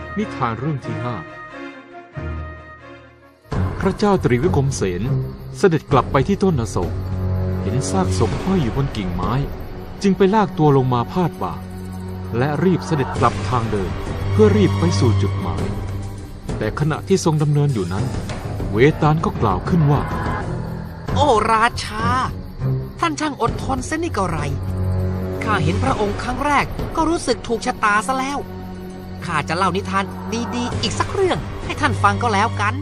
นิทานเรื่องที่ 5 พระเจ้าตรีวิกรมเสนเสด็จกลับไปที่ต้นอโศกเห็นซากศพห้อยอยู่บนกิ่งไม้จึงไปลากตัวลงมาพาดบ่าและรีบเสด็จกลับทางเดิมเพื่อรีบไปสู่จุดหมายแต่ขณะที่ทรงดำเนินอยู่นั้นเวตาลก็กล่าวขึ้นว่าโอ้ราชาท่านช่างอดทนเส้นนี่ก็ไรข้าเห็นพระองค์ครั้งแรกก็รู้สึกถูกชะตาซะแล้วข้าจะเล่านิทานดีๆอีกสักเรื่องให้ท่านฟังก็แล้วกัน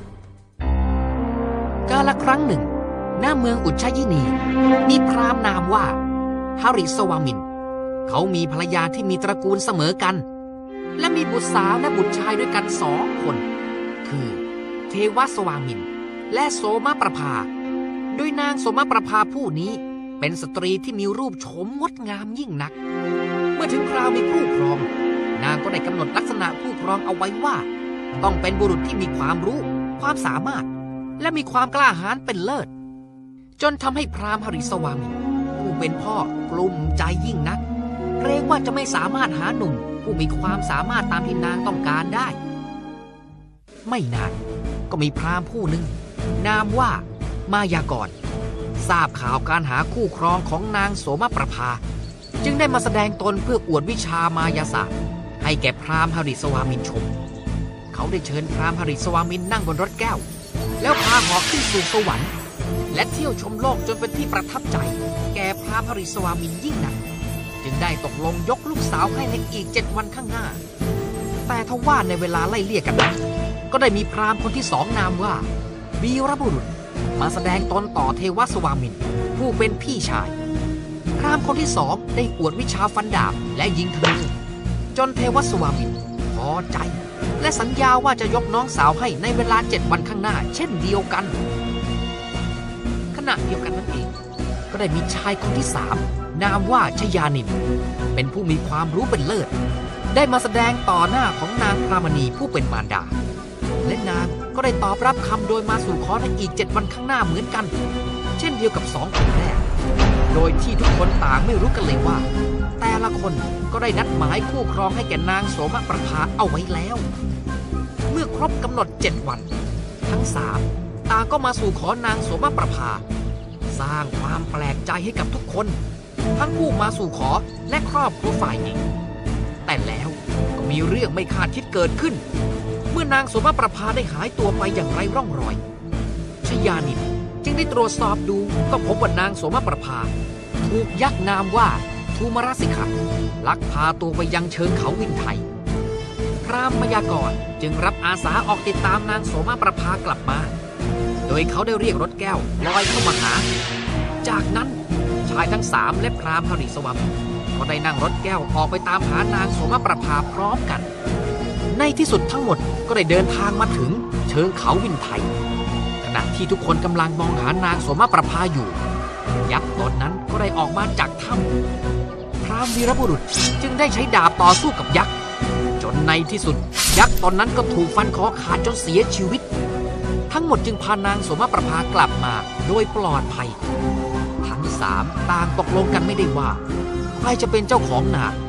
กาลครั้งหนึ่งณเมืองอุชยินีมีพราหมณ์นามว่าหริสวามินเขามีภรรยาที่มีตระกูลเสมอกันและมีบุตรสาวและบุตรชายด้วยกัน2 คนคือเทวสวามินและโสมประภาโดยนางโสมประภาผู้นี้เป็นสตรีที่มีรูปโฉมงดงามยิ่งนักเมื่อถึงคราวมีคู่ครองนางก็ได้กำหนดลักษณะคู่ครองเอาไว้ว่าต้องเป็นบุรุษที่มีความรู้ความสามารถและมีความกล้าหาญเป็นเลิศจนทำให้พราหมณ์หริสวามินผู้เป็นพ่อกลุ้มใจยิ่งนักเกรงว่าจะไม่สามารถหาหนุ่มผู้มีความสามารถตามที่นางต้องการได้ไม่นานก็มีพราหมณ์ผู้หนึ่งนามว่ามายากรทราบข่าวการหาคู่ครองของนางโสมประภาจึงได้มาแสดงตนเพื่ออวดวิชามายาศาสตร์ให้แก่พราหมณ์หริสวามินชมเขาได้เชิญพราหมณ์หริสวามินนั่งบนรถแก้วแล้วพาเหาะขึ้นสู่สวรรค์และเที่ยวชมโลกจนเป็นที่ประทับใจแก่พราหมณ์หริสวามินยิ่งนักจึงได้ตกลงยกลูกสาวให้ในอีก7 วันข้างหน้าแต่ทว่าในเวลาไล่เลี่ยกันนั้นก็ได้มีพราหมณ์คนที่2นามว่าวีรบุรุษมาแสดงตนต่อเทวสวามินผู้เป็นพี่ชายพราหมณ์คนที่2ได้อวดวิชาฟันดาบและยิงธนูจนเทวสวามินพอใจและสัญญาว่าจะยกน้องสาวให้ในเวลา7 วันข้างหน้าเช่นเดียวกันขณะเดียวกันนั่นเองก็ได้มีชายคนที่3นามว่าชยานินเป็นผู้มีความรู้เป็นเลิศได้มาแสดงต่อหน้าของนางพรามณีผู้เป็นมารดาและนางก็ได้ตอบรับคำโดยมาสู่ขอในอีก7 วันข้างหน้าเหมือนกันเช่นเดียวกับ2 คนแรกโดยที่ทุกคนต่างไม่รู้กันเลยว่าแต่ละคนก็ได้นัดหมายคู่ครองให้แก่นางโสมประภาเอาไว้แล้วเมื่อครบกำหนด7 วันทั้ง3ต่างก็มาสู่ขอนางโสมประภาสร้างความแปลกใจให้กับทุกคนทั้งผู้มาสู่ขอและครอบครัวฝ่ายหญิงแต่แล้วก็มีเรื่องไม่คาดคิดเกิดขึ้นเมื่อนางโสมประภาได้หายตัวไปอย่างไร้ร่องรอยชยานินจึงได้ตรวจสอบดูก็พบว่านางโสมประภาถูกยักษ์นามว่าทูมรสิกะลักพาตัวไปยังเชิงเขาวินไทยพราหมณ์มยากรจึงรับอาสาออกติดตามนางโสมประภากลับมาโดยเขาได้เรียกรถแก้วลอยเข้ามาหาจากนั้นชายทั้ง3และพราหมณ์หริสวามินก็ได้นั่งรถแก้วออกไปตามหานางโสมประภาพร้อมกันในที่สุดทั้งหมดก็ได้เดินทางมาถึงเชิงเขาวินไทยขณะที่ทุกคนกำลังมองหานางโสมประภาอยู่ยักษ์ตนนั้นก็ได้ออกมาจากถ้ำพราหมณ์วีรบุรุษจึงได้ใช้ดาบต่อสู้กับยักษ์จนในที่สุดยักษ์ตนนั้นก็ถูกฟันคอขาดจนเสียชีวิตทั้งหมดจึงพานางโสมประภากลับมาโดยปลอดภัยทั้ง3ต่างตกลงกันไม่ได้ว่าใครจะเป็นเจ้าของนาง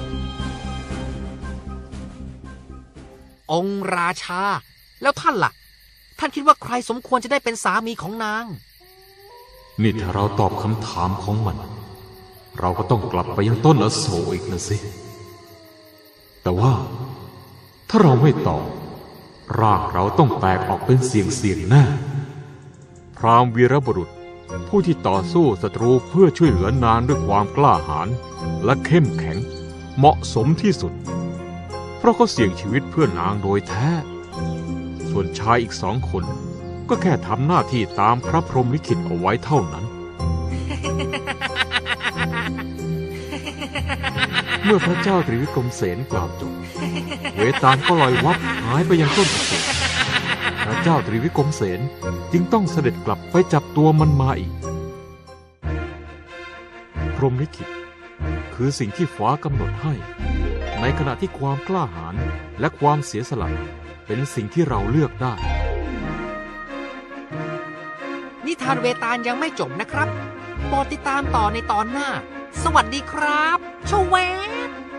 องค์ราชาแล้วท่านล่ะท่านคิดว่าใครสมควรจะได้เป็นสามีของนางนี่ถ้าเราตอบคำถามของมันเราก็ต้องกลับไปยังต้นอโศกอีกนะสิแต่ว่าถ้าเราไม่ตอบร่างเราต้องแตกออกเป็นเสียงแน่พราหมณ์วีรบุรุษผู้ที่ต่อสู้ศัตรูเพื่อช่วยเหลือนางด้วยความกล้าหาญและเข้มแข็งเหมาะสมที่สุดเพราะเขาเสี่ยงชีวิตเพื่อนางโดยแท้ส่วนชายอีก2 คนก็แค่ทำหน้าที่ตามพระพรหมลิขิตเอาไว้เท่านั้น เมื่อพระเจ้าตรีวิกรมเสนกล่าวจบเวตาลก็ลอยวับหายไปยังต้นอโศกพระเจ้าตรีวิกรมเสนจึงต้องเสด็จกลับไปจับตัวมันมาอีกพรหมลิขิตคือสิ่งที่ฟ้ากำหนดให้ในขณะที่ความกล้าหาญและความเสียสละเป็นสิ่งที่เราเลือกได้นิทานเวตาลยังไม่จบนะครับโปรดติดตามต่อในตอนหน้าสวัสดีครับชเว